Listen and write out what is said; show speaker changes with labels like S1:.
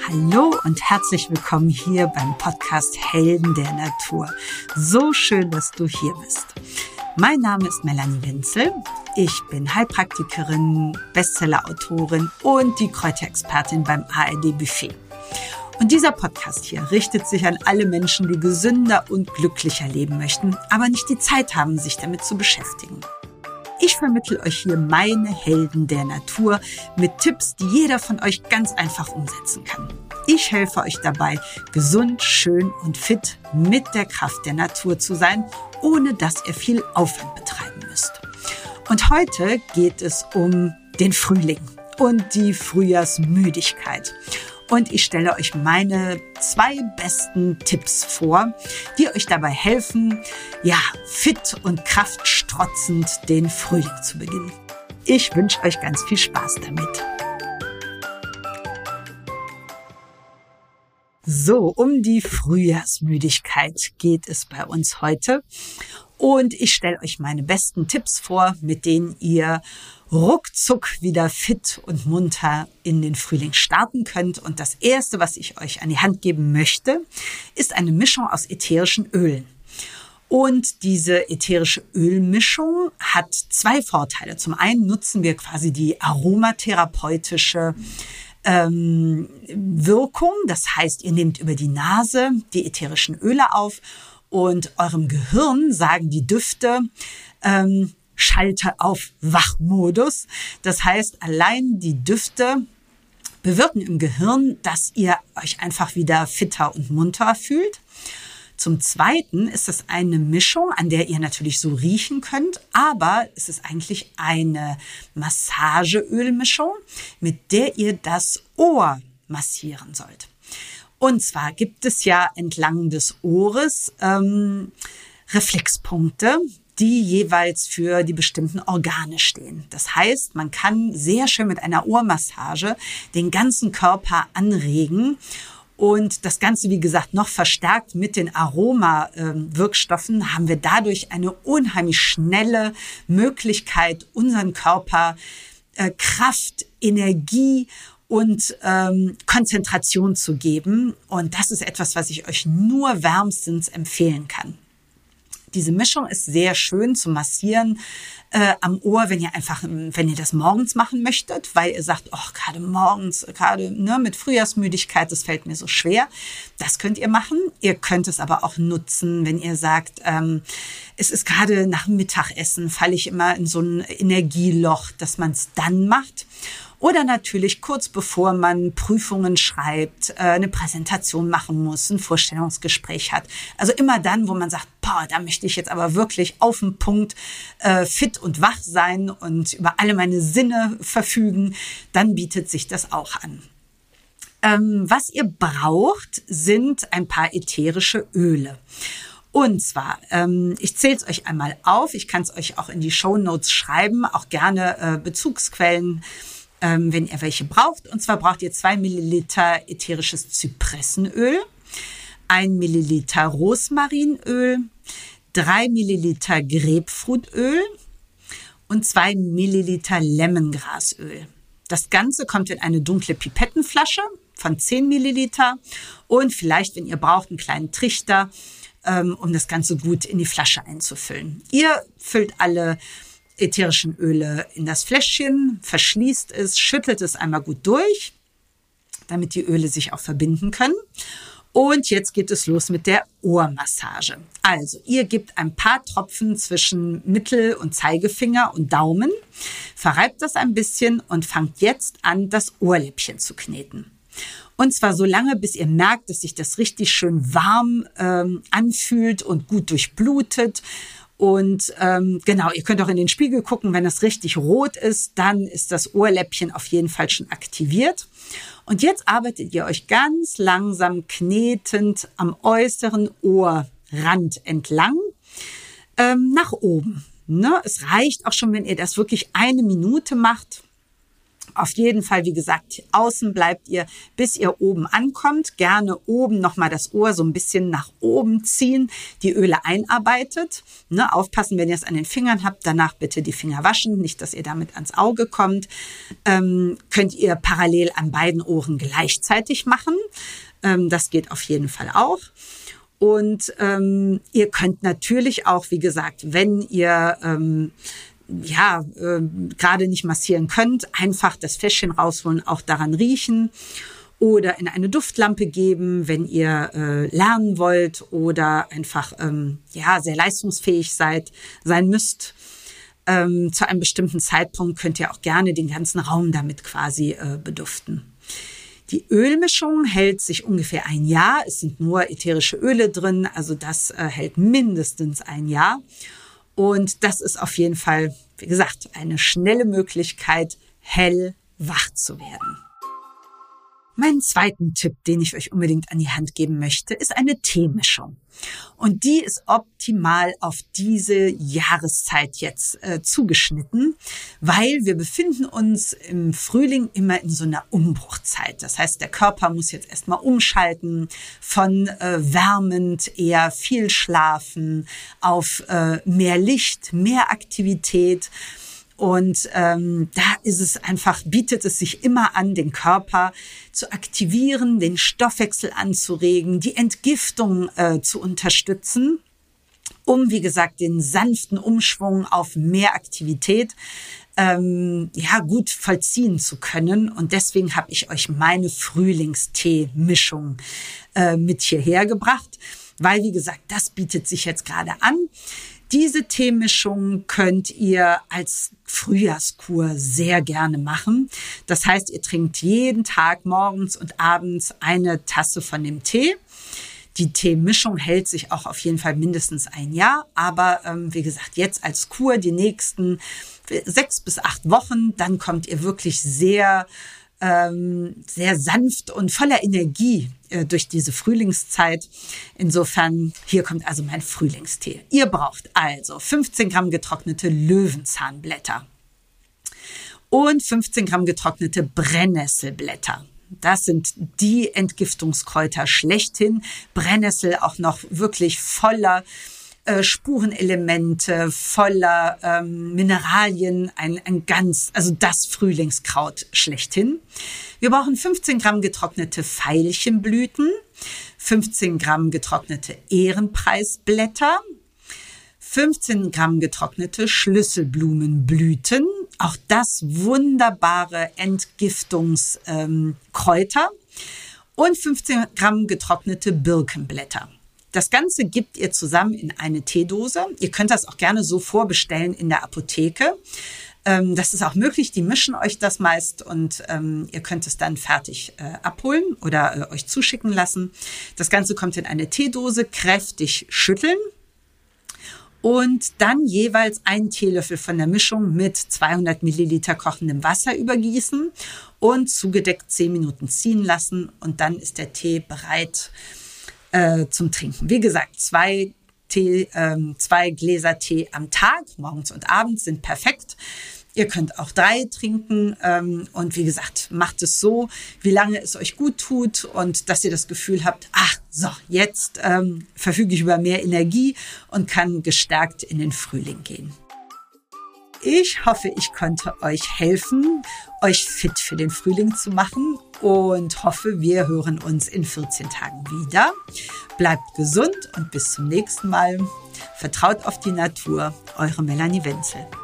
S1: Hallo und herzlich willkommen hier beim Podcast Helden der Natur. So schön, dass du hier bist. Mein Name ist Melanie Wenzel. Ich bin Heilpraktikerin, Bestsellerautorin und die Kräuterexpertin beim ARD Buffet. Und dieser Podcast hier richtet sich an alle Menschen, die gesünder und glücklicher leben möchten, aber nicht die Zeit haben, sich damit zu beschäftigen. Ich vermittle euch hier meine Helden der Natur mit Tipps, die jeder von euch ganz einfach umsetzen kann. Ich helfe euch dabei, gesund, schön und fit mit der Kraft der Natur zu sein, ohne dass ihr viel Aufwand betreiben müsst. Und heute geht es um den Frühling und die Frühjahrsmüdigkeit. Und ich stelle euch meine 2 besten Tipps vor, die euch dabei helfen, fit und kraftstrotzend den Frühling zu beginnen. Ich wünsche euch ganz viel Spaß damit. So, um die Frühjahrsmüdigkeit geht es bei uns heute. Und ich stelle euch meine besten Tipps vor, mit denen ihr ruckzuck wieder fit und munter in den Frühling starten könnt. Und das Erste, was ich euch an die Hand geben möchte, ist eine Mischung aus ätherischen Ölen. Und diese ätherische Ölmischung hat 2 Vorteile. Zum einen nutzen wir quasi die aromatherapeutische Wirkung. Das heißt, ihr nehmt über die Nase die ätherischen Öle auf und eurem Gehirn sagen die Düfte, schalte auf Wachmodus. Das heißt, allein die Düfte bewirken im Gehirn, dass ihr euch einfach wieder fitter und munter fühlt. Zum Zweiten ist es eine Mischung, an der ihr natürlich so riechen könnt, aber es ist eigentlich eine Massageölmischung, mit der ihr das Ohr massieren sollt. Und zwar gibt es ja entlang des Ohres Reflexpunkte, die jeweils für die bestimmten Organe stehen. Das heißt, man kann sehr schön mit einer Ohrmassage den ganzen Körper anregen und das Ganze, wie gesagt, noch verstärkt mit den Aroma-Wirkstoffen haben wir dadurch eine unheimlich schnelle Möglichkeit, unseren Körper Kraft, Energie und Konzentration zu geben. Und das ist etwas, was ich euch nur wärmstens empfehlen kann. Diese Mischung ist sehr schön zu massieren am Ohr, wenn ihr das morgens machen möchtet, weil ihr sagt, gerade morgens, mit Frühjahrsmüdigkeit, das fällt mir so schwer. Das könnt ihr machen. Ihr könnt es aber auch nutzen, wenn ihr sagt, es ist gerade nach dem Mittagessen, falle ich immer in so ein Energieloch, dass man es dann macht. Oder natürlich kurz bevor man Prüfungen schreibt, eine Präsentation machen muss, ein Vorstellungsgespräch hat. Also immer dann, wo man sagt, da möchte ich jetzt aber wirklich auf den Punkt fit und wach sein und über alle meine Sinne verfügen, dann bietet sich das auch an. Was ihr braucht, sind ein paar ätherische Öle. Und zwar, ich zähle es euch einmal auf, ich kann es euch auch in die Shownotes schreiben, auch gerne Bezugsquellen, wenn ihr welche braucht. Und zwar braucht ihr 2 Milliliter ätherisches Zypressenöl, 1 Milliliter Rosmarinöl, 3 Milliliter Grapefruitöl und 2 Milliliter Lemongrasöl. Das Ganze kommt in eine dunkle Pipettenflasche von 10 Milliliter und vielleicht, wenn ihr braucht, einen kleinen Trichter, um das Ganze gut in die Flasche einzufüllen. Ihr füllt alle ätherischen Öle in das Fläschchen, verschließt es, schüttelt es einmal gut durch, damit die Öle sich auch verbinden können. Und jetzt geht es los mit der Ohrmassage. Also, ihr gebt ein paar Tropfen zwischen Mittel- und Zeigefinger und Daumen, verreibt das ein bisschen und fangt jetzt an, das Ohrläppchen zu kneten. Und zwar so lange, bis ihr merkt, dass sich das richtig schön warm anfühlt und gut durchblutet. Und ihr könnt auch in den Spiegel gucken, wenn das richtig rot ist, dann ist das Ohrläppchen auf jeden Fall schon aktiviert. Und jetzt arbeitet ihr euch ganz langsam knetend am äußeren Ohrrand entlang nach oben. Es reicht auch schon, wenn ihr das wirklich 1 Minute macht. Auf jeden Fall, wie gesagt, außen bleibt ihr, bis ihr oben ankommt. Gerne oben nochmal das Ohr so ein bisschen nach oben ziehen, die Öle einarbeitet. Aufpassen, wenn ihr es an den Fingern habt, danach bitte die Finger waschen, nicht, dass ihr damit ans Auge kommt. Könnt ihr parallel an beiden Ohren gleichzeitig machen. Das geht auf jeden Fall auch. Und ihr könnt natürlich auch, wie gesagt, wenn ihr gerade nicht massieren könnt, einfach das Fläschchen rausholen, auch daran riechen oder in eine Duftlampe geben, wenn ihr lernen wollt oder einfach sehr leistungsfähig sein müsst. Zu einem bestimmten Zeitpunkt könnt ihr auch gerne den ganzen Raum damit quasi beduften. Die Ölmischung hält sich ungefähr ein Jahr. Es sind nur ätherische Öle drin, also das hält mindestens ein Jahr. Und das ist auf jeden Fall, wie gesagt, eine schnelle Möglichkeit, hellwach zu werden. Meinen zweiten Tipp, den ich euch unbedingt an die Hand geben möchte, ist eine Teemischung. Und die ist optimal auf diese Jahreszeit jetzt zugeschnitten, weil wir befinden uns im Frühling immer in so einer Umbruchzeit. Das heißt, der Körper muss jetzt erstmal umschalten von wärmend, eher viel schlafen, auf mehr Licht, mehr Aktivität. Und da ist es einfach, bietet es sich immer an, den Körper zu aktivieren, den Stoffwechsel anzuregen, die Entgiftung zu unterstützen, um, wie gesagt, den sanften Umschwung auf mehr Aktivität gut vollziehen zu können. Und deswegen habe ich euch meine Frühlingstee-Mischung mit hierher gebracht, weil, wie gesagt, das bietet sich jetzt gerade an. Diese Teemischung könnt ihr als Frühjahrskur sehr gerne machen. Das heißt, ihr trinkt jeden Tag morgens und abends eine Tasse von dem Tee. Die Teemischung hält sich auch auf jeden Fall mindestens ein Jahr. Aber wie gesagt, jetzt als Kur die nächsten 6 bis 8 Wochen, dann kommt ihr wirklich sehr sanft und voller Energie durch diese Frühlingszeit. Insofern, hier kommt also mein Frühlingstee. Ihr braucht also 15 Gramm getrocknete Löwenzahnblätter und 15 Gramm getrocknete Brennnesselblätter. Das sind die Entgiftungskräuter schlechthin. Brennnessel auch noch wirklich voller Spurenelemente, voller Mineralien, also das Frühlingskraut schlechthin. Wir brauchen 15 Gramm getrocknete Veilchenblüten, 15 Gramm getrocknete Ehrenpreisblätter, 15 Gramm getrocknete Schlüsselblumenblüten, auch das wunderbare Entgiftungskräuter und 15 Gramm getrocknete Birkenblätter. Das Ganze gebt ihr zusammen in eine Teedose. Ihr könnt das auch gerne so vorbestellen in der Apotheke. Das ist auch möglich, die mischen euch das meist und ihr könnt es dann fertig abholen oder euch zuschicken lassen. Das Ganze kommt in eine Teedose, kräftig schütteln und dann jeweils einen Teelöffel von der Mischung mit 200 Milliliter kochendem Wasser übergießen und zugedeckt 10 Minuten ziehen lassen und dann ist der Tee bereit zum Trinken. Wie gesagt, 2 Gläser Tee am Tag, morgens und abends, sind perfekt. Ihr könnt auch 3 trinken und wie gesagt, macht es so, wie lange es euch gut tut und dass ihr das Gefühl habt, jetzt verfüge ich über mehr Energie und kann gestärkt in den Frühling gehen. Ich hoffe, ich konnte euch helfen, euch fit für den Frühling zu machen und hoffe, wir hören uns in 14 Tagen wieder. Bleibt gesund und bis zum nächsten Mal. Vertraut auf die Natur. Eure Melanie Wenzel.